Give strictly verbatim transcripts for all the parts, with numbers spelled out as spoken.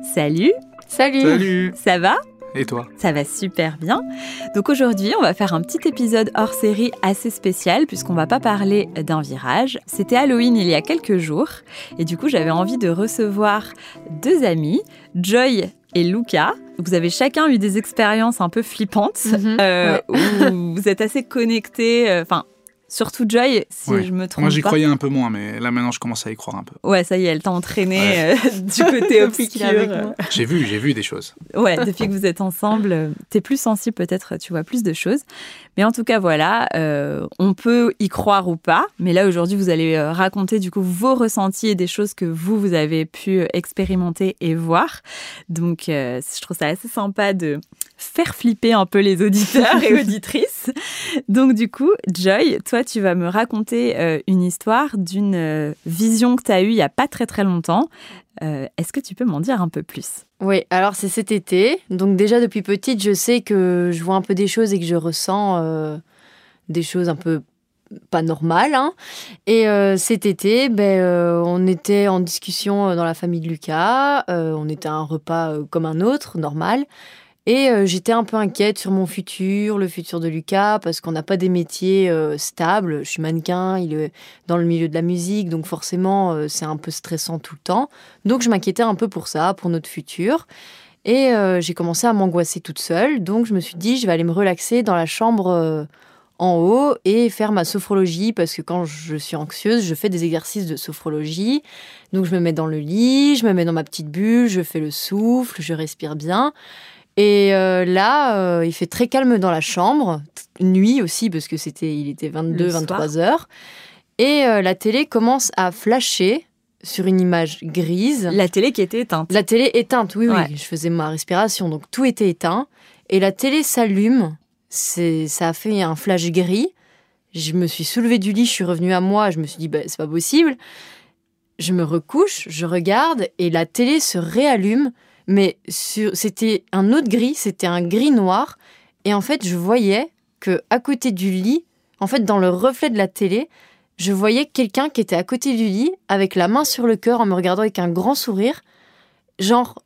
Salut. Salut. Salut. Ça va ? Et toi ? Ça va super bien. Donc aujourd'hui, on va faire un petit épisode hors série assez spécial puisqu'on va pas parler d'un virage. C'était Halloween il y a quelques jours et du coup, j'avais envie de recevoir deux amis, Joy et Luca. Vous avez chacun eu des expériences un peu flippantes Mmh, euh, ouais. où vous êtes assez connectés. Enfin, surtout Joy, si Ouais. je me trompe Moi, j'y pas. croyais un peu moins, mais là, maintenant, je commence à y croire un peu. Ouais, ça y est, elle t'a entraîné Ouais. euh, du côté Depuis qu'il est avec obscur. moi. J'ai vu, j'ai vu des choses. Ouais, depuis que vous êtes ensemble, euh, t'es plus sensible peut-être, tu vois plus de choses. Mais en tout cas, voilà, euh, on peut y croire ou pas. Mais là, aujourd'hui, vous allez euh, raconter du coup vos ressentis et des choses que vous, vous avez pu expérimenter et voir. Donc, euh, je trouve ça assez sympa de faire flipper un peu les auditeurs et auditrices. Donc, du coup, Joy, toi, tu vas me raconter euh, une histoire d'une euh, vision que tu as eue il n'y a pas très très longtemps. Euh, est-ce que tu peux m'en dire un peu plus ? Oui, alors c'est cet été. Donc déjà depuis petite, je sais que je vois un peu des choses et que je ressens euh, des choses un peu pas normales. Hein. Et euh, cet été, ben, euh, on était en discussion dans la famille de Lucas. Euh, on était à un repas euh, comme un autre, normal. Et euh, j'étais un peu inquiète sur mon futur, le futur de Lucas, parce qu'on n'a pas des métiers euh, stables. Je suis mannequin, il est dans le milieu de la musique, donc forcément, euh, c'est un peu stressant tout le temps. Donc je m'inquiétais un peu pour ça, pour notre futur. Et euh, j'ai commencé à m'angoisser toute seule, donc je me suis dit, je vais aller me relaxer dans la chambre euh, en haut et faire ma sophrologie, parce que quand je suis anxieuse, je fais des exercices de sophrologie. Donc je me mets dans le lit, je me mets dans ma petite bulle, je fais le souffle, je respire bien. Et euh, là, euh, il fait très calme dans la chambre, nuit aussi, parce que c'était, il était vingt-deux, vingt-trois heures. Et euh, la télé commence à flasher sur une image grise. La télé qui était éteinte. La télé éteinte, oui, Ouais. oui. Je faisais ma respiration, donc tout était éteint. Et la télé s'allume, c'est, ça a fait un flash gris. Je me suis soulevée du lit, je suis revenue à moi, je me suis dit, bah, c'est pas possible. Je me recouche, je regarde, et la télé se réallume. Mais sur, c'était un autre gris, c'était un gris noir. Et en fait, je voyais qu'à côté du lit, en fait, dans le reflet de la télé, je voyais quelqu'un qui était à côté du lit, avec la main sur le cœur, en me regardant avec un grand sourire. Genre,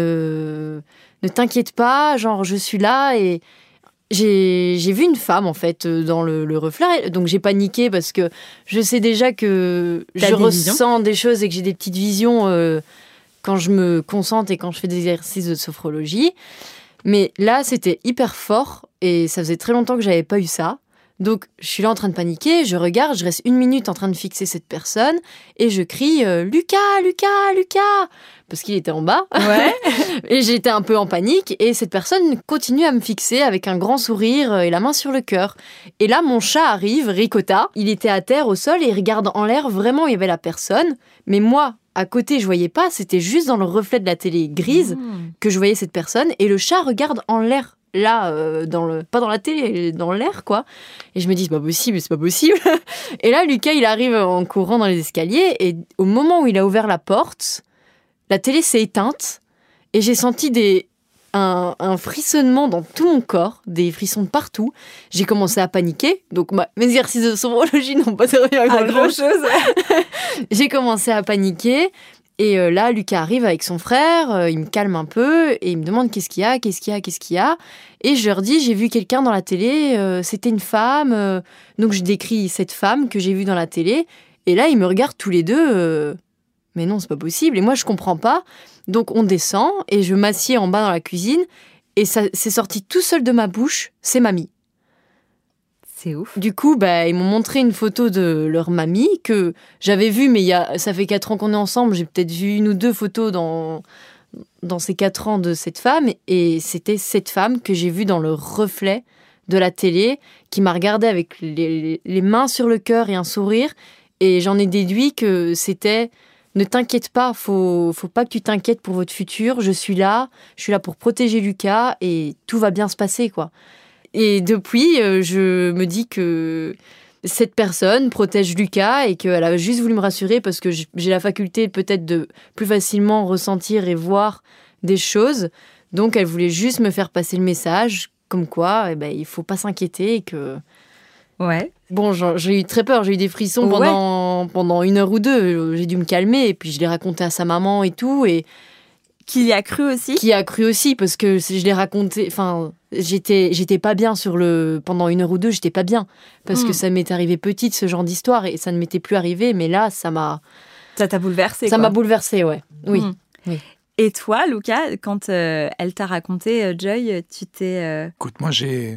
ne, ne t'inquiète pas, genre, je suis là. Et j'ai, j'ai vu une femme, en fait, dans le, le reflet. Donc, j'ai paniqué parce que je sais déjà que T'as je des ressens des choses et que j'ai des petites visions... Euh, quand je me concentre et quand je fais des exercices de sophrologie. Mais là, c'était hyper fort et ça faisait très longtemps que j'avais pas eu ça. Donc, je suis là en train de paniquer, je regarde, je reste une minute en train de fixer cette personne et je crie euh, « Lucas, Lucas, Lucas !» parce qu'il était en bas. Ouais. Et j'étais un peu en panique et cette personne continue à me fixer avec un grand sourire et la main sur le cœur. Et là, mon chat arrive, Ricotta. Il était à terre au sol et il regarde en l'air. Vraiment, il y avait la personne. Mais moi, à côté, je voyais pas. C'était juste dans le reflet de la télé grise Mmh. que je voyais cette personne. Et le chat regarde en l'air. Là, euh, dans le, pas dans la télé, dans l'air, quoi. Et je me dis, c'est pas possible, c'est pas possible. Et là, Lucas, il arrive en courant dans les escaliers. Et au moment où il a ouvert la porte, la télé s'est éteinte. Et j'ai senti des, un, un frissonnement dans tout mon corps, des frissons de partout. J'ai commencé à paniquer. Donc, ma, mes exercices de sophrologie n'ont pas servi à À grand chose. grand-chose. J'ai commencé à paniquer. Et euh, là, Lucas arrive avec son frère, euh, il me calme un peu et il me demande qu'est-ce qu'il y a, qu'est-ce qu'il y a, qu'est-ce qu'il y a. Et je leur dis, j'ai vu quelqu'un dans la télé, euh, c'était une femme. Euh, donc je décris cette femme que j'ai vue dans la télé. Et là, ils me regardent tous les deux. Euh, mais non, c'est pas possible. Et moi, je comprends pas. Donc on descend et je m'assieds en bas dans la cuisine. Et ça, c'est sorti tout seul de ma bouche, c'est mamie. C'est ouf. Du coup, bah, ils m'ont montré une photo de leur mamie que j'avais vue, mais il y a, ça fait quatre ans qu'on est ensemble. J'ai peut-être vu une ou deux photos dans, dans ces quatre ans de cette femme. Et c'était cette femme que j'ai vue dans le reflet de la télé, qui m'a regardée avec les, les mains sur le cœur et un sourire. Et j'en ai déduit que c'était « Ne t'inquiète pas, faut, faut pas que tu t'inquiètes pour votre futur. Je suis là, je suis là pour protéger Lucas et tout va bien se passer, quoi. » Et depuis, euh, je me dis que cette personne protège Lucas et qu'elle a juste voulu me rassurer parce que j'ai la faculté peut-être de plus facilement ressentir et voir des choses. Donc, elle voulait juste me faire passer le message comme quoi eh ben, il ne faut pas s'inquiéter et que... Ouais. Bon, j'ai eu très peur, j'ai eu des frissons Ouais. pendant, pendant une heure ou deux. J'ai dû me calmer et puis je l'ai raconté à sa maman et tout. Et, Qui y a cru aussi. Qui a cru aussi, parce que je l'ai raconté... Enfin, j'étais, j'étais pas bien sur le... Pendant une heure ou deux, j'étais pas bien. Parce mmh. que ça m'est arrivé petite, ce genre d'histoire, et ça ne m'était plus arrivé. Mais là, ça m'a... Ça t'a bouleversée, Ça quoi. m'a bouleversée, ouais. Oui. Mmh. oui. Et toi, Lucas, quand euh, elle t'a raconté, euh, Joy, tu t'es... Euh... Écoute, moi, j'ai...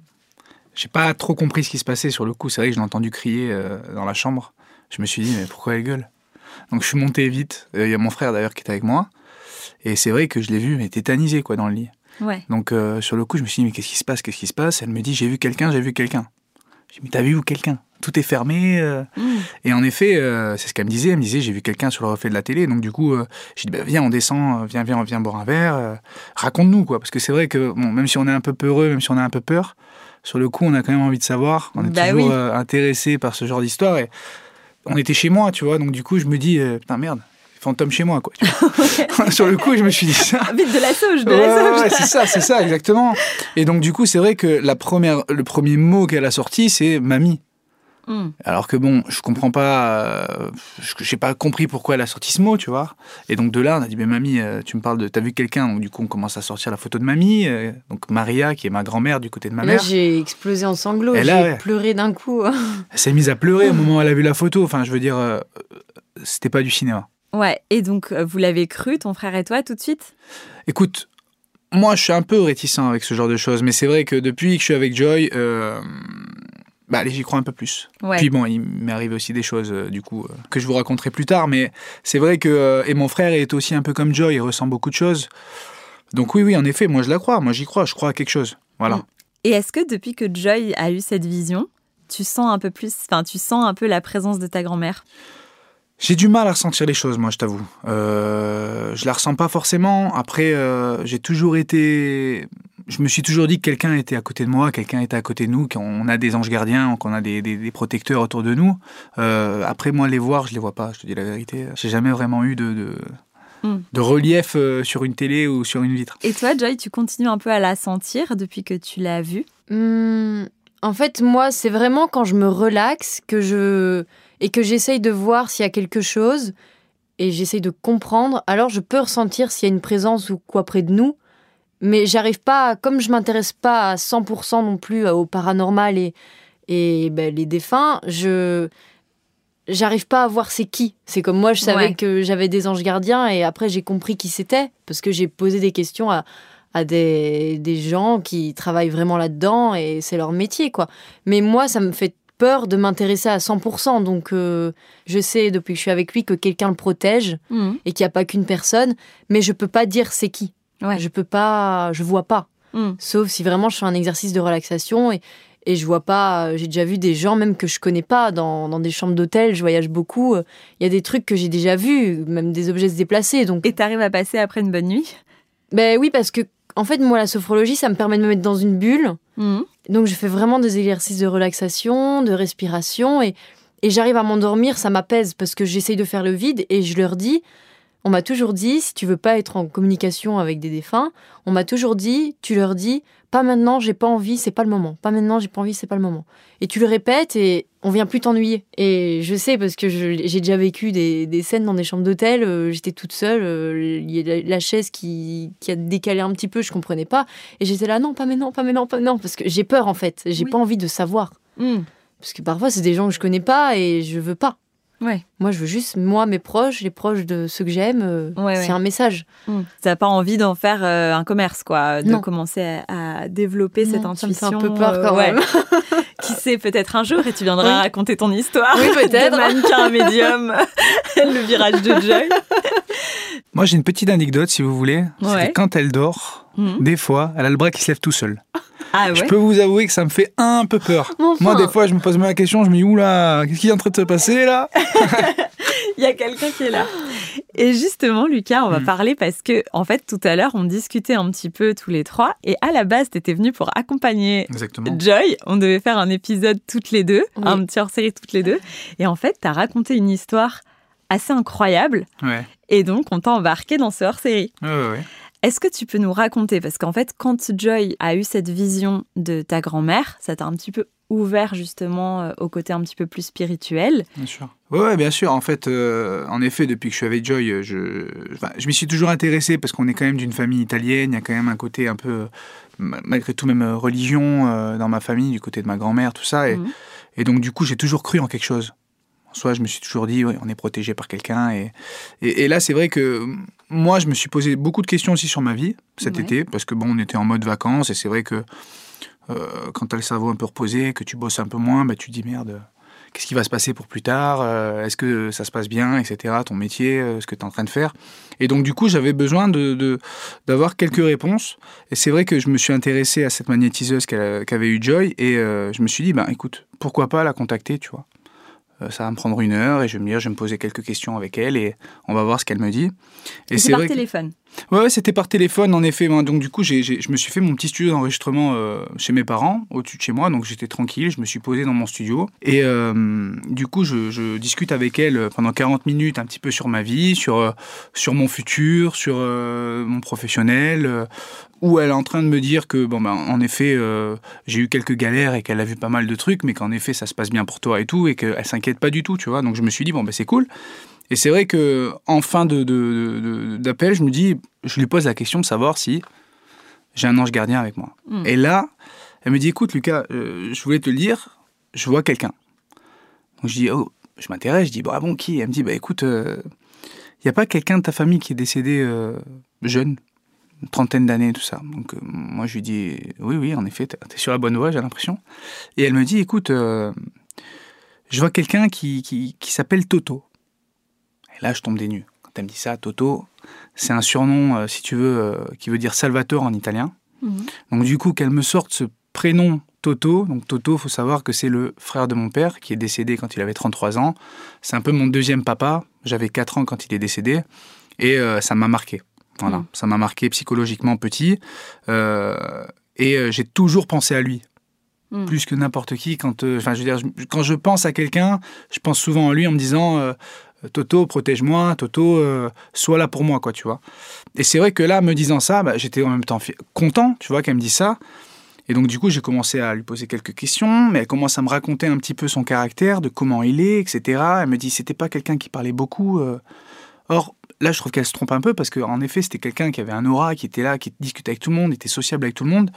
J'ai pas trop compris ce qui se passait sur le coup. C'est vrai que je l'ai entendu crier euh, dans la chambre. Je me suis dit, mais pourquoi elle gueule ? Donc je suis monté vite. Il euh, y a mon frère d'ailleurs qui était avec moi. Et c'est vrai que je l'ai vu, mais tétanisé quoi, dans le lit. Ouais. Donc euh, sur le coup, je me suis dit, mais qu'est-ce qui se passe ? Qu'est-ce qui se passe ? Elle me dit, j'ai vu quelqu'un, j'ai vu quelqu'un. Je dis, mais t'as vu où quelqu'un ? Tout est fermé. Euh... Mm. Et en effet, euh, c'est ce qu'elle me disait. Elle me disait, j'ai vu quelqu'un sur le reflet de la télé. Donc du coup, euh, j'ai dit, bah, viens, on descend, viens, viens, viens boire un verre. Euh, raconte-nous quoi. Parce que c'est vrai que bon, même si on est un peu peureux, même si on a un peu peur, sur le coup, on a quand même envie de savoir. On est bah toujours oui. euh, intéressé par ce genre d'histoire. Et on était chez moi, tu vois. Donc du coup, je me dis, euh, putain merde. Fantôme chez moi, quoi. Tu vois. Sur le coup, je me suis dit ça. Vite de la sauge, de ouais, la sauge. Ouais, c'est ça, c'est ça, exactement. Et donc, du coup, c'est vrai que la première, le premier mot qu'elle a sorti, c'est mamie. Mm. Alors que bon, je comprends pas, euh, j'ai pas compris pourquoi elle a sorti ce mot, tu vois. Et donc de là, on a dit, mais mamie, euh, tu me parles de, t'as vu quelqu'un ? Donc du coup, on commence à sortir la photo de mamie. Euh, donc Maria, qui est ma grand-mère du côté de ma et mère. Là, j'ai explosé en sanglots, et j'ai là, ouais. pleuré d'un coup. Elle s'est mise à pleurer au moment où elle a vu la photo. Enfin, je veux dire, euh, c'était pas du cinéma. Ouais, et donc vous l'avez cru, ton frère et toi, tout de suite ? Écoute, moi je suis un peu réticent avec ce genre de choses, mais c'est vrai que depuis que je suis avec Joy, euh, bah, allez, j'y crois un peu plus. Ouais. Puis bon, il m'est arrivé aussi des choses, euh, du coup, euh, que je vous raconterai plus tard, mais c'est vrai que... Euh, et mon frère est aussi un peu comme Joy, il ressent beaucoup de choses. Donc oui, oui, en effet, moi je la crois, moi j'y crois, je crois à quelque chose, voilà. Et est-ce que depuis que Joy a eu cette vision, tu sens un peu plus, enfin tu sens un peu la présence de ta grand-mère ? J'ai du mal à ressentir les choses, moi, je t'avoue. Euh, je la ressens pas forcément. Après, euh, j'ai toujours été... Je me suis toujours dit que quelqu'un était à côté de moi, quelqu'un était à côté de nous, qu'on a des anges gardiens, qu'on a des, des, des protecteurs autour de nous. Euh, après, moi, les voir, je les vois pas, je te dis la vérité. J'ai jamais vraiment eu de... de... Mm. de relief euh, sur une télé ou sur une vitre. Et toi, Joy, tu continues un peu à la sentir depuis que tu l'as vue ? mmh, En fait, moi, c'est vraiment quand je me relaxe que je... et que j'essaye de voir s'il y a quelque chose et j'essaye de comprendre, alors je peux ressentir s'il y a une présence ou quoi près de nous, mais j'arrive pas, comme je m'intéresse pas à cent pour cent non plus au paranormal et, et ben, les défunts, je... j'arrive pas à voir c'est qui. C'est comme moi, je savais ouais. que j'avais des anges gardiens et après j'ai compris qui c'était parce que j'ai posé des questions à, à des, des gens qui travaillent vraiment là-dedans et c'est leur métier, quoi. Mais moi, ça me fait peur de m'intéresser à cent pour cent. Donc, euh, je sais depuis que je suis avec lui que quelqu'un le protège mmh. et qu'il n'y a pas qu'une personne, mais je peux pas dire c'est qui. Ouais. Je peux pas, je vois pas. Mmh. Sauf si vraiment je fais un exercice de relaxation et Et je vois pas, j'ai déjà vu des gens même que je connais pas dans, dans des chambres d'hôtel, je voyage beaucoup. Il y a des trucs que j'ai déjà vus, même des objets se déplacer. Donc... Et t'arrives à passer après une bonne nuit ? Ben oui, parce que, en fait, moi, la sophrologie, ça me permet de me mettre dans une bulle. Mmh. Donc, je fais vraiment des exercices de relaxation, de respiration. Et, et j'arrive à m'endormir, ça m'apaise parce que j'essaye de faire le vide. Et je leur dis, on m'a toujours dit, si tu veux pas être en communication avec des défunts, on m'a toujours dit, tu leur dis, pas maintenant, j'ai pas envie, c'est pas le moment. Pas maintenant, j'ai pas envie, c'est pas le moment. Et tu le répètes et on vient plus t'ennuyer. Et je sais parce que je, j'ai déjà vécu des, des scènes dans des chambres d'hôtel, euh, j'étais toute seule, euh, il y a la, la chaise qui, qui a décalé un petit peu, je comprenais pas. Et j'étais là, non, pas maintenant, pas maintenant, pas maintenant, parce que j'ai peur en fait, j'ai oui. pas envie de savoir. Mm. Parce que parfois, c'est des gens que je connais pas et je veux pas. Ouais. Moi, je veux juste, moi, mes proches, les proches de ceux que j'aime, euh, ouais, c'est ouais. un message. Mmh. Tu n'as pas envie d'en faire euh, un commerce, quoi, de non. commencer à, à développer non, cette intuition. Ça me fait un peu peur quand euh, même. Ouais. Qui sait, peut-être un jour, et tu viendras oui. raconter ton histoire. Oui, peut-être. De mannequin à médium, le virage de Joy. Moi, j'ai une petite anecdote, si vous voulez. Ouais. C'est que quand elle dort, mmh. des fois, elle a le bras qui se lève tout seul. Ah ouais. Je peux vous avouer que ça me fait un peu peur. Enfin. Moi, des fois, je me pose même la question, je me dis, oula, qu'est-ce qui est en train de se passer, là ? Il y a quelqu'un qui est là. Et justement, Lucas, on va mmh. parler parce que, en fait, tout à l'heure, on discutait un petit peu tous les trois. Et à la base, tu étais venu pour accompagner Exactement. Joy. On devait faire un épisode toutes les deux, oui. un petit hors-série toutes les deux. Et en fait, tu as raconté une histoire assez incroyable. Ouais. Et donc, on t'a embarqué dans ce hors-série. Ouais, ouais, ouais. Est-ce que tu peux nous raconter, parce qu'en fait, quand Joy a eu cette vision de ta grand-mère, ça t'a un petit peu ouvert justement euh, au côté un petit peu plus spirituel. Bien sûr. Oui, ouais, bien sûr. En fait, euh, en effet, depuis que je suis avec Joy, je, enfin, je m'y suis toujours intéressé parce qu'on est quand même d'une famille italienne. Il y a quand même un côté un peu, malgré tout, même religion euh, dans ma famille, du côté de ma grand-mère, tout ça. Et, mmh. et donc, du coup, j'ai toujours cru en quelque chose. Soit je me suis toujours dit, oui, on est protégé par quelqu'un. Et, et, et là, c'est vrai que moi, je me suis posé beaucoup de questions aussi sur ma vie cet ouais. été, parce que bon, on était en mode vacances et c'est vrai que Euh, quand tu as le cerveau un peu reposé, que tu bosses un peu moins, bah, tu te dis merde, qu'est-ce qui va se passer pour plus tard, euh, est-ce que ça se passe bien, et cetera, ton métier, euh, ce que tu es en train de faire. Et donc du coup, j'avais besoin de, de, d'avoir quelques réponses. Et c'est vrai que je me suis intéressé à cette magnétiseuse qu'elle, qu'avait eu Joy, et euh, je me suis dit, bah, écoute, pourquoi pas la contacter, tu vois. Euh, ça va me prendre une heure, et je vais me dire, je vais me poser quelques questions avec elle, et on va voir ce qu'elle me dit. Et, et c'est, c'est par vrai téléphone que... Ouais, ouais, c'était par téléphone, en effet. Donc, du coup, j'ai, j'ai, je me suis fait mon petit studio d'enregistrement euh, chez mes parents, au-dessus de chez moi. Donc, j'étais tranquille, je me suis posé dans mon studio. Et euh, du coup, je, je discute avec elle pendant quarante minutes, un petit peu sur ma vie, sur, euh, sur mon futur, sur euh, mon professionnel. Euh, où elle est en train de me dire que, bon, ben, en effet, euh, j'ai eu quelques galères et qu'elle a vu pas mal de trucs, mais qu'en effet, ça se passe bien pour toi et tout, et qu'elle s'inquiète pas du tout, tu vois. Donc, je me suis dit, bon, ben, c'est cool. Et c'est vrai qu'en fin de, de, de, d'appel, je me dis, je lui pose la question de savoir si j'ai un ange gardien avec moi. Mmh. Et là, elle me dit, écoute Lucas, euh, je voulais te le dire, je vois quelqu'un. Donc je dis, oh, je m'intéresse, je dis, bah bon, qui ? Elle me dit, bah écoute, il euh, n'y a pas quelqu'un de ta famille qui est décédé euh, jeune, une trentaine d'années, tout ça. Donc euh, moi, je lui dis, oui, oui, en effet, t'es, t'es sur la bonne voie, j'ai l'impression. Et elle me dit, écoute, euh, je vois quelqu'un qui, qui, qui s'appelle Toto. Et là, je tombe des nues. Quand elle me dit ça, Toto, c'est un surnom, euh, si tu veux, euh, qui veut dire Salvatore en italien. Mmh. Donc du coup, qu'elle me sorte ce prénom Toto. Donc Toto, il faut savoir que c'est le frère de mon père, qui est décédé quand il avait trente-trois ans. C'est un peu mon deuxième papa. J'avais quatre ans quand il est décédé. Et euh, ça m'a marqué. Voilà, mmh. Ça m'a marqué psychologiquement petit. Euh, et euh, j'ai toujours pensé à lui. Mmh. Plus que n'importe qui. Quand, euh, je veux dire, quand je pense à quelqu'un, je pense souvent à lui en me disant... Euh, Toto, protège-moi, Toto, euh, sois là pour moi, quoi, tu vois. Et c'est vrai que là, me disant ça, bah, j'étais en même temps fi- content, tu vois, qu'elle me dise ça. Et donc, du coup, j'ai commencé à lui poser quelques questions, mais elle commence à me raconter un petit peu son caractère, de comment il est, et cetera. Elle me dit, c'était pas quelqu'un qui parlait beaucoup. Euh... Or, là, je trouve qu'elle se trompe un peu, parce qu'en effet, c'était quelqu'un qui avait un aura, qui était là, qui discutait avec tout le monde, était sociable avec tout le monde.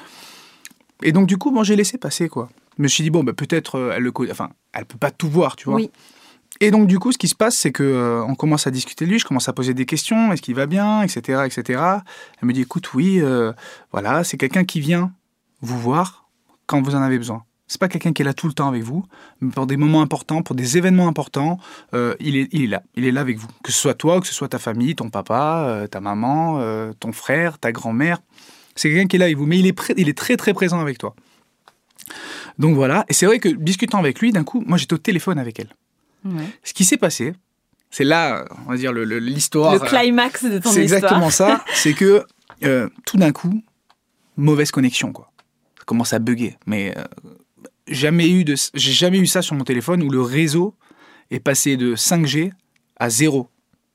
Et donc, du coup, bon, j'ai laissé passer, quoi. Je me suis dit, bon, bah, peut-être, euh, elle le co- enfin, elle peut pas tout voir, tu vois. Oui. Et donc, du coup, ce qui se passe, c'est qu'on euh, commence à discuter de lui, je commence à poser des questions, est-ce qu'il va bien, et cetera, et cetera. Elle me dit, écoute, oui, euh, voilà, c'est quelqu'un qui vient vous voir quand vous en avez besoin. C'est pas quelqu'un qui est là tout le temps avec vous, mais pour des moments importants, pour des événements importants, euh, il, est, il est là, il est là avec vous. Que ce soit toi, ou que ce soit ta famille, ton papa, euh, ta maman, euh, ton frère, ta grand-mère, c'est quelqu'un qui est là avec vous, mais il est, pré- il est très très présent avec toi. Donc voilà, et c'est vrai que discutant avec lui, d'un coup, moi j'étais au téléphone avec elle. Ouais. Ce qui s'est passé, c'est là, on va dire, le, le, l'histoire... Le climax de ton c'est histoire. C'est exactement ça. C'est que, euh, tout d'un coup, mauvaise connexion, quoi. Ça commence à bugger. Mais euh, jamais eu de, j'ai jamais eu ça sur mon téléphone où le réseau est passé de cinq G à zéro.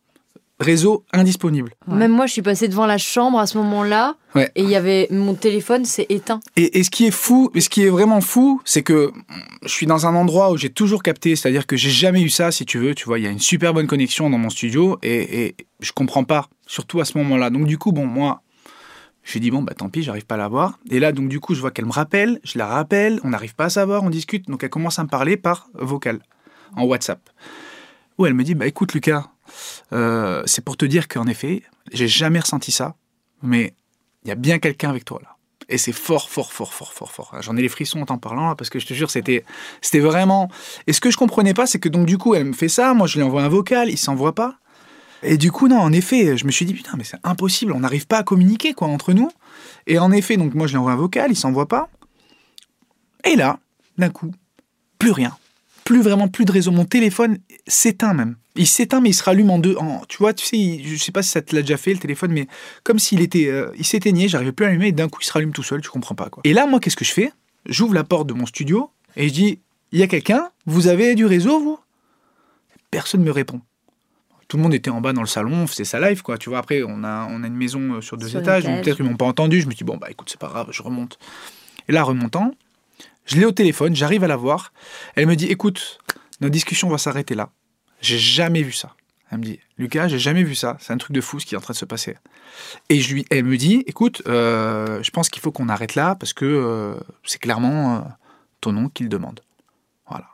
Réseau indisponible. Ouais. Même moi, je suis passée devant la chambre à ce moment-là, ouais. Et il y avait mon téléphone, c'est éteint. Et, et ce qui est fou, et ce qui est vraiment fou, c'est que je suis dans un endroit où j'ai toujours capté, c'est-à-dire que j'ai jamais eu ça, si tu veux. Tu vois, il y a une super bonne connexion dans mon studio, et, et je comprends pas, surtout à ce moment-là. Donc du coup, bon, moi, je dis bon, bah tant pis, j'arrive pas à la voir. Et là, donc du coup, je vois qu'elle me rappelle, je la rappelle, on n'arrive pas à savoir, on discute. Donc elle commence à me parler par vocal, en WhatsApp, où elle me dit, bah écoute Lucas. Euh, c'est pour te dire qu'en effet, j'ai jamais ressenti ça, mais il y a bien quelqu'un avec toi là. Et c'est fort, fort, fort, fort, fort, fort. J'en ai les frissons en t'en parlant là, parce que je te jure, c'était, c'était vraiment. Et ce que je comprenais pas, c'est que donc du coup, elle me fait ça, moi je lui envoie un vocal, il s'envoie pas. Et du coup, non, en effet, je me suis dit putain, mais c'est impossible, on n'arrive pas à communiquer quoi entre nous. Et en effet, donc moi je lui envoie un vocal, il s'envoie pas. Et là, d'un coup, plus rien. Plus vraiment, plus de réseau. Mon téléphone s'éteint même. Il s'éteint, mais il se rallume en deux. En, tu vois, tu sais, il, je sais pas si ça te l'a déjà fait, le téléphone, mais comme s'il était, euh, il s'éteignait, j'arrivais plus à l'allumer, et d'un coup, il se rallume tout seul, tu comprends pas, quoi. Et là, moi, qu'est-ce que je fais ? J'ouvre la porte de mon studio, et je dis, il y a quelqu'un ? Vous avez du réseau, vous ? Personne ne me répond. tout le monde était en bas dans le salon, on faisait sa live, quoi. Tu vois, après, on a, on a une maison sur deux Sur étages, l'étage. donc peut-être qu'ils m'ont pas entendu. Je me dis, bon, bah écoute, c'est pas grave, je remonte. Et là, remontant, je l'ai au téléphone, j'arrive à la voir. Elle me dit, écoute, notre discussion va s'arrêter là. J'ai jamais vu ça. Elle me dit, Lucas, j'ai jamais vu ça. C'est un truc de fou ce qui est en train de se passer. Et je lui, elle me dit, écoute, euh, je pense qu'il faut qu'on arrête là parce que euh, c'est clairement euh, ton oncle qui le demande. Voilà.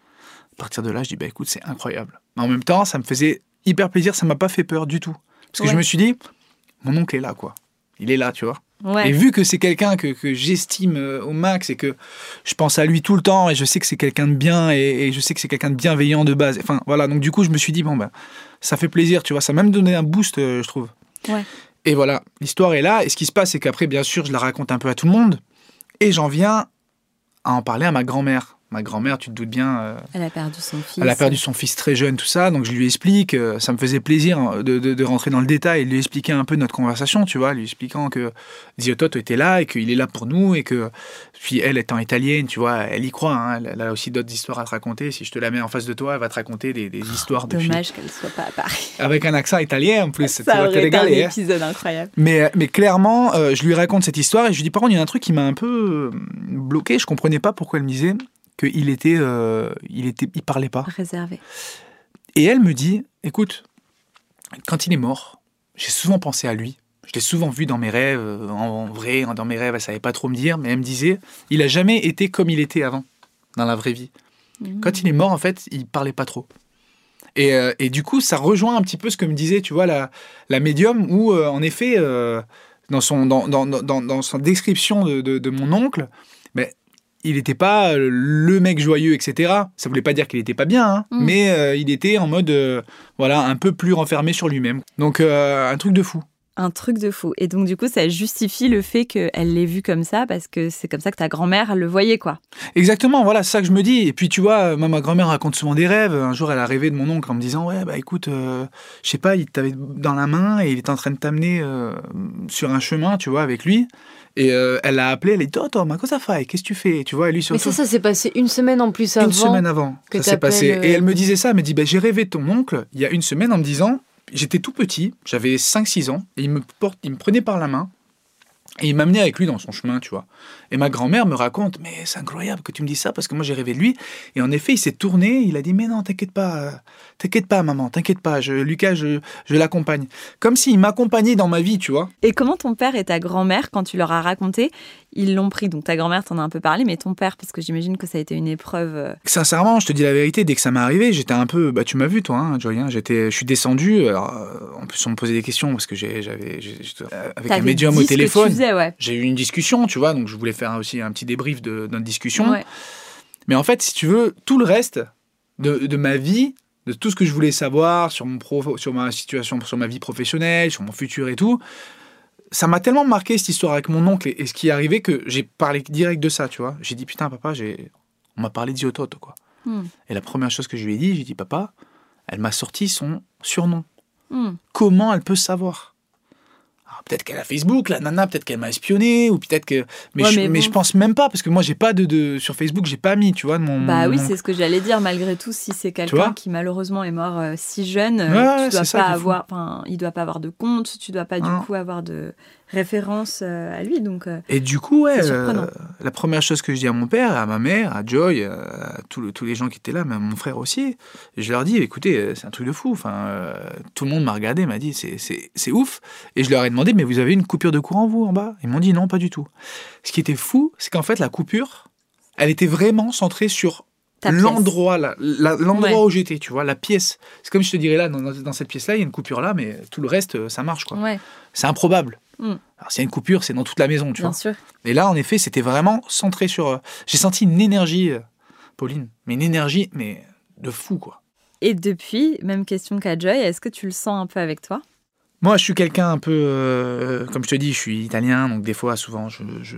À partir de là, je dis, bah écoute, c'est incroyable. Mais en même temps, ça me faisait hyper plaisir, ça m'a pas fait peur du tout. Parce que Ouais. je me suis dit, mon oncle est là, quoi. Il est là, tu vois. Ouais. Et vu que c'est quelqu'un que, que j'estime euh, au max et que je pense à lui tout le temps et je sais que c'est quelqu'un de bien et, et je sais que c'est quelqu'un de bienveillant de base. Enfin, voilà. Donc, du coup, je me suis dit, bon, ben, ça fait plaisir, tu vois. Ça m'a même donné un boost, euh, je trouve. Ouais. Et voilà, l'histoire est là. Et ce qui se passe, c'est qu'après, bien sûr, je la raconte un peu à tout le monde. Et j'en viens à en parler à ma grand-mère. Ma grand-mère, tu te doutes bien, euh, Elle a perdu son fils. elle a perdu son fils très jeune, tout ça. Donc je lui explique. euh, ça me faisait plaisir de, de, de rentrer dans le détail et de lui expliquer un peu notre conversation, tu vois, lui expliquant que Zio Toto était là et qu'il est là pour nous et que, puis elle étant italienne, tu vois, elle y croit. Hein, elle, elle a aussi d'autres histoires à te raconter. Si je te la mets en face de toi, elle va te raconter des, des histoires de filles. Dommage qu'elle soit pas à Paris. Avec un accent italien en plus. Ça va te aurait été un régaler, hein. épisode incroyable. Mais, mais clairement, euh, je lui raconte cette histoire et je lui dis, par contre, il y a un truc qui m'a un peu euh, bloqué. Je comprenais pas pourquoi elle me disait qu'il était, euh, il était, il parlait pas. Réservé. Et elle me dit, écoute, quand il est mort, j'ai souvent pensé à lui. Je l'ai souvent vu dans mes rêves, euh, en, en vrai, dans mes rêves, elle savait pas trop me dire, mais elle me disait, il a jamais été comme il était avant, dans la vraie vie. Mmh. Quand il est mort, en fait, il parlait pas trop. Et, euh, et du coup, ça rejoint un petit peu ce que me disait, tu vois, la, la médium, où, euh, en effet, euh, dans, son, dans, dans, dans, dans son description de, de, de mon oncle, ben, il n'était pas le mec joyeux, et cetera. Ça voulait pas dire qu'il n'était pas bien, hein, Mm. mais euh, il était en mode, euh, voilà, un peu plus renfermé sur lui-même. Donc, euh, un truc de fou. Un truc de fou. Et donc, du coup, ça justifie le fait qu'elle l'ait vu comme ça, parce que c'est comme ça que ta grand-mère elle le voyait, quoi. Exactement, voilà, c'est ça que je me dis. Et puis, tu vois, moi, ma grand-mère raconte souvent des rêves. Un jour, elle a rêvé de mon oncle en me disant, ouais, bah écoute, euh, je sais pas, il t'avait dans la main et il était en train de t'amener euh, sur un chemin, tu vois, avec lui. Et euh, elle l'a appelé, elle a dit, Toto, ma cosa fai? Qu'est-ce que tu fais? Tu vois, et lui, Mais surtout, ça, ça s'est passé une semaine en plus avant. une semaine avant, que ça s'est t'appelles, passé. euh, Et elle me disait ça, elle me dit, bah, j'ai rêvé de ton oncle il y a une semaine en me disant, j'étais tout petit, j'avais cinq six ans, et il me, porte, il me prenait par la main, et il m'amenait avec lui dans son chemin, tu vois. Et ma grand-mère me raconte, mais c'est incroyable que tu me dises ça, parce que moi j'ai rêvé de lui. Et en effet, il s'est tourné, il a dit, mais non, t'inquiète pas, euh, t'inquiète pas, maman, t'inquiète pas, je, Lucas, je, je l'accompagne. Comme s'il m'accompagnait dans ma vie, tu vois. Et comment ton père et ta grand-mère, quand tu leur as raconté, ils l'ont pris? Donc ta grand-mère t'en a un peu parlé, mais ton père, parce que j'imagine que ça a été une épreuve. euh, Sincèrement, je te dis la vérité, dès que ça m'est arrivé, j'étais un peu, bah tu m'as vu toi, hein, Joy, hein, j'étais, je suis descendu. Alors, euh, en plus, on me posait des questions parce que j'ai, j'avais, j'ai- j'étais, euh, avec un t'avais médium dit au ce que tu téléphone. faisais, ouais. J'ai eu une discussion, tu vois, donc je voulais faire aussi un petit débrief de notre discussion. Ouais. Mais en fait, si tu veux, tout le reste de, de ma vie, de tout ce que je voulais savoir sur mon pro, sur ma situation, sur ma vie professionnelle, sur mon futur et tout, ça m'a tellement marqué cette histoire avec mon oncle et, et ce qui est arrivé que j'ai parlé direct de ça, tu vois. J'ai dit putain papa, j'ai, on m'a parlé d'Zio Toto, quoi. Hmm. Et la première chose que je lui ai dit, j'ai dit papa, elle m'a sorti son surnom. Hmm. Comment elle peut savoir? Alors, peut-être qu'elle a Facebook, la nana, peut-être qu'elle m'a espionné, ou peut-être que. Mais, Ouais, je, mais mais bon. je pense même pas, parce que moi, j'ai pas de, de. Sur Facebook, j'ai pas mis, tu vois, de mon. Bah oui, mon- c'est ce que j'allais dire. Malgré tout, si c'est vois quelqu'un qui malheureusement est mort euh, si jeune, euh, Ouais, tu dois c'est ça pas qui est fou. avoir, enfin, il doit pas avoir de compte, tu dois pas du Non. coup avoir de référence euh, à lui. Donc, euh, Et du coup, ouais, C'est surprenant. euh, la première chose que je dis à mon père, à ma mère, à Joy, à tous le- tous les gens qui étaient là, même mon frère aussi, je leur dis, écoutez, euh, c'est un truc de fou. Enfin, euh, tout le monde m'a regardé, m'a dit, c'est, c'est, c'est ouf. Et je leur ai demandé, mais vous avez une coupure de courant, vous, en bas? Ils m'ont dit, non, pas du tout. Ce qui était fou, c'est qu'en fait, la coupure, elle était vraiment centrée sur ta pièce. l'endroit, là, la- l'endroit Ouais. où j'étais, tu vois, la pièce. C'est comme je te dirais là, dans, dans cette pièce-là, il y a une coupure là, mais tout le reste, euh, ça marche, quoi. Ouais, C'est improbable. Mm. Alors, s'il y a une coupure, c'est dans toute la maison, tu bien vois. sûr. Et là, en effet, c'était vraiment centré sur. euh, J'ai senti une énergie, euh, Pauline, mais une énergie, mais de fou, quoi. Et depuis, même question qu'à Joy, est-ce que tu le sens un peu avec toi? Moi, je suis quelqu'un un peu. euh, comme je te dis, je suis italien, donc des fois, souvent, je. je...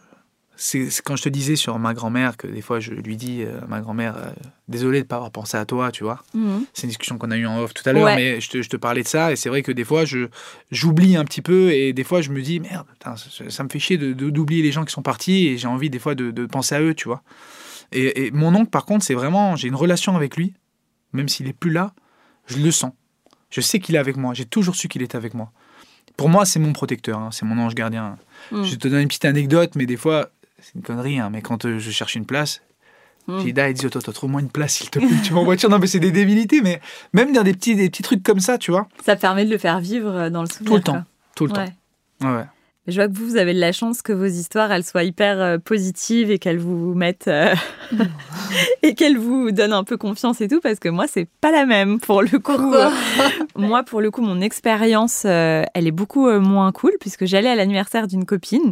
C'est c'est quand je te disais sur ma grand-mère que des fois, je lui dis, euh, ma grand-mère, euh, désolé de ne pas avoir pensé à toi, tu vois. Mhm. C'est une discussion qu'on a eue en off tout à l'heure, Ouais. mais je te, je te parlais de ça, et c'est vrai que des fois, je, j'oublie un petit peu, et des fois, je me dis, merde, putain, ça, ça me fait chier de, de- d'oublier les gens qui sont partis, et j'ai envie des fois de, de penser à eux, tu vois. Et, et mon oncle, par contre, c'est vraiment, j'ai une relation avec lui, même s'il est plus là, je le sens. Je sais qu'il est avec moi. J'ai toujours su qu'il était avec moi. Pour moi, c'est mon protecteur. Hein. C'est mon ange gardien. Mm. Je te donne une petite anecdote, mais des fois, c'est une connerie. Hein. Mais quand euh, je cherche une place, mm. j'ai dit, ah, dis, toi, toi, trouve-moi une place, s'il te plaît. Tu vas en voiture. Non, mais c'est des débilités. Mais même dans des petits, des petits trucs comme ça, tu vois. Ça permet de le faire vivre dans le souvenir. Tout le temps. Quoi. Tout le ouais. temps. Ouais. Je vois que vous, vous avez de la chance que vos histoires, elles soient hyper euh, positives et qu'elles vous mettent... Euh, et qu'elles vous donnent un peu confiance et tout, parce que moi, c'est pas la même, pour le coup. Pourquoi ? Moi, pour le coup, mon expérience, euh, elle est beaucoup euh, moins cool, puisque j'allais à l'anniversaire d'une copine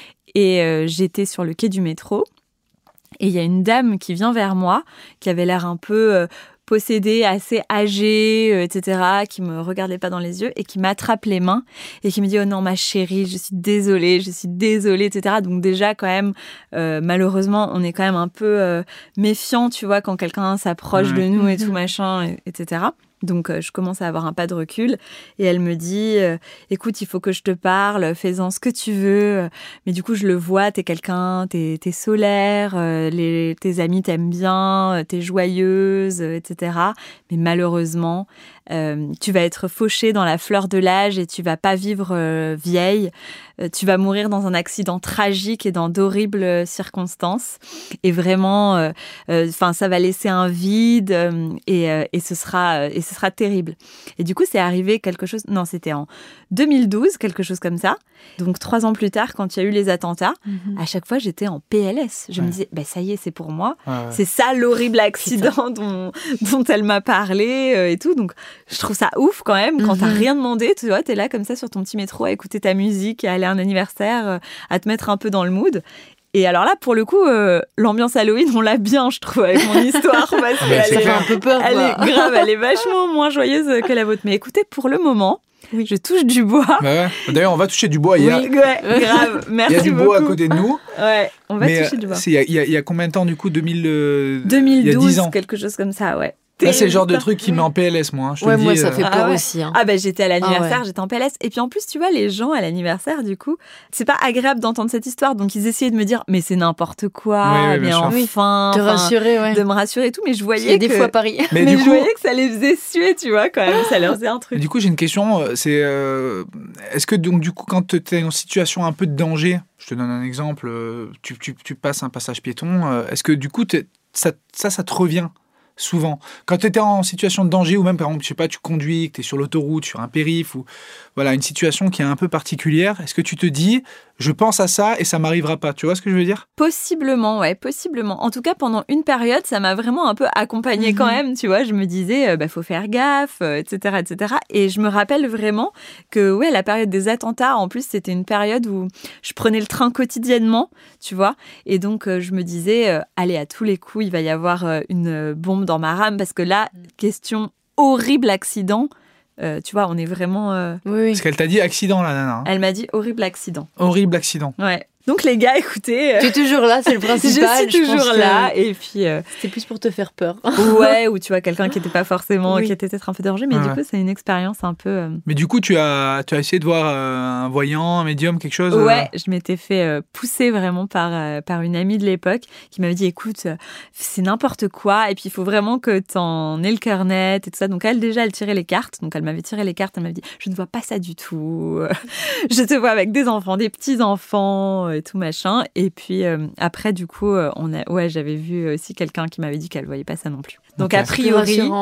et euh, j'étais sur le quai du métro. Et il y a une dame qui vient vers moi, qui avait l'air un peu... Euh, possédée, assez âgée, euh, et cetera, qui me regardait pas dans les yeux et qui m'attrape les mains et qui me dit « Oh non, ma chérie, je suis désolée, je suis désolée, et cetera » Donc déjà, quand même, euh, malheureusement, on est quand même un peu euh, méfiant, tu vois, quand quelqu'un s'approche ouais. de nous et tout, machin, et, etc. Donc, euh, je commence à avoir un pas de recul et elle me dit euh, « Écoute, il faut que je te parle, fais-en ce que tu veux. » Mais du coup, je le vois, t'es quelqu'un, t'es, t'es solaire, euh, les, tes amis t'aiment bien, t'es joyeuse, euh, et cetera. Mais malheureusement, euh, tu vas être fauchée dans la fleur de l'âge et tu vas pas vivre euh, vieille. Euh, tu vas mourir dans un accident tragique et dans d'horribles circonstances. Et vraiment, euh, euh, ça va laisser un vide euh, et, euh, et ce sera... Euh, et ce sera terrible. Et du coup, c'est arrivé quelque chose... Non, c'était en deux mille douze, quelque chose comme ça. Donc, trois ans plus tard, quand il y a eu les attentats, mm-hmm. à chaque fois, j'étais en P L S. Je ouais. me disais, bah, ça y est, c'est pour moi. Ouais, ouais. C'est ça l'horrible accident dont, dont elle m'a parlé euh, et tout. Donc, je trouve ça ouf quand même. Quand mm-hmm. t'as rien demandé, tu vois, t'es là comme ça sur ton petit métro à écouter ta musique, à aller à un anniversaire, euh, à te mettre un peu dans le mood. Et alors là, pour le coup, euh, l'ambiance Halloween, on l'a bien, je trouve, avec mon histoire. Parce qu'elle ça est, fait un peu peur. Elle est grave, elle est vachement moins joyeuse que la vôtre. Mais écoutez, pour le moment, oui. je touche du bois. Bah ouais. D'ailleurs, on va toucher du bois. Il y a... Oui, ouais, grave. Merci beaucoup. Il y a du beaucoup. bois à côté de nous. Ouais, on va Mais toucher du bois. Il y, y, y a combien de temps, du coup, deux mille, euh, deux mille douze, il y a dix ans. Quelque chose comme ça, ouais. Là, c'est le genre de truc qui met en P L S, moi. Hein, je te ouais, dis, moi, ça fait peur ah ouais. aussi. Hein. Ah, bah, j'étais à l'anniversaire, ah ouais. j'étais en P L S. Et puis, en plus, tu vois, les gens à l'anniversaire, du coup, c'est pas agréable d'entendre cette histoire. Donc, ils essayaient de me dire, mais c'est n'importe quoi, oui, oui, mais enfin. Te rassurer, ouais. De me rassurer et tout. Mais je voyais. Il y a que... des fois Paris. Mais, mais je coup... voyais que ça les faisait suer, tu vois, quand même. Ça leur faisait un truc. Du coup, j'ai une question. C'est. Euh... Est-ce que, donc, du coup, quand tu es en situation un peu de danger, je te donne un exemple, tu, tu, tu passes un passage piéton, est-ce que, du coup, ça, ça, ça te revient souvent. Quand tu étais en situation de danger, ou même, par exemple, je sais pas, tu conduis, que tu es sur l'autoroute, sur un périph', ou voilà, une situation qui est un peu particulière, est-ce que tu te dis, je pense à ça et ça m'arrivera pas? Tu vois ce que je veux dire? Possiblement, ouais, possiblement. En tout cas, pendant une période, ça m'a vraiment un peu accompagnée mmh. quand même, tu vois. Je me disais, euh, bah, faut faire gaffe, euh, et cetera, et cetera. Et je me rappelle vraiment que, ouais, la période des attentats, en plus, c'était une période où je prenais le train quotidiennement, tu vois. Et donc, euh, je me disais, euh, allez, à tous les coups, il va y avoir euh, une bombe dans ma rame, parce que là, mmh. question horrible accident. Euh, tu vois, on est vraiment... Euh... Oui, oui. Parce qu'elle t'a dit accident, la nana. Hein. Elle m'a dit horrible accident. Horrible accident. Ouais. Donc les gars, écoutez... Euh... Tu es toujours là, c'est le principal. Je suis toujours je là. Que... Et puis... Euh... C'était plus pour te faire peur. Ouais, ou tu vois, quelqu'un qui n'était pas forcément... Oui. Qui était peut-être un peu dérangé. Mais ouais. du coup, c'est une expérience un peu... Euh... Mais du coup, tu as, tu as essayé de voir euh, un voyant, un médium, quelque chose? Ouais, euh... je m'étais fait euh, pousser vraiment par, euh, par une amie de l'époque qui m'avait dit, écoute, euh, c'est n'importe quoi. Et puis, il faut vraiment que tu en aies le cœur net et tout ça. Donc, elle, déjà, elle tirait les cartes. Donc, elle m'avait tiré les cartes. Elle m'avait dit, je ne vois pas ça du tout. Je te vois avec des enfants, des petits-enfants et tout machin. Et puis euh, après, du coup, euh, on a, ouais, j'avais vu aussi quelqu'un qui m'avait dit qu'elle ne voyait pas ça non plus. Donc, okay. a priori, ouais.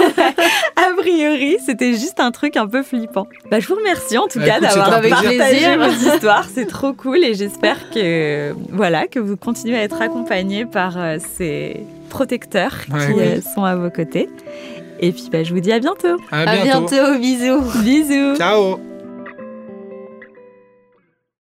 a priori, c'était juste un truc un peu flippant. Bah, je vous remercie en tout bah, cas écoute, d'avoir partagé vos histoires. C'est trop cool et j'espère que, voilà, que vous continuez à être accompagnés par euh, ces protecteurs ouais, qui oui. euh, sont à vos côtés. Et puis, bah, je vous dis à bientôt. À bientôt. À bientôt. Bisous. Bisous. Ciao.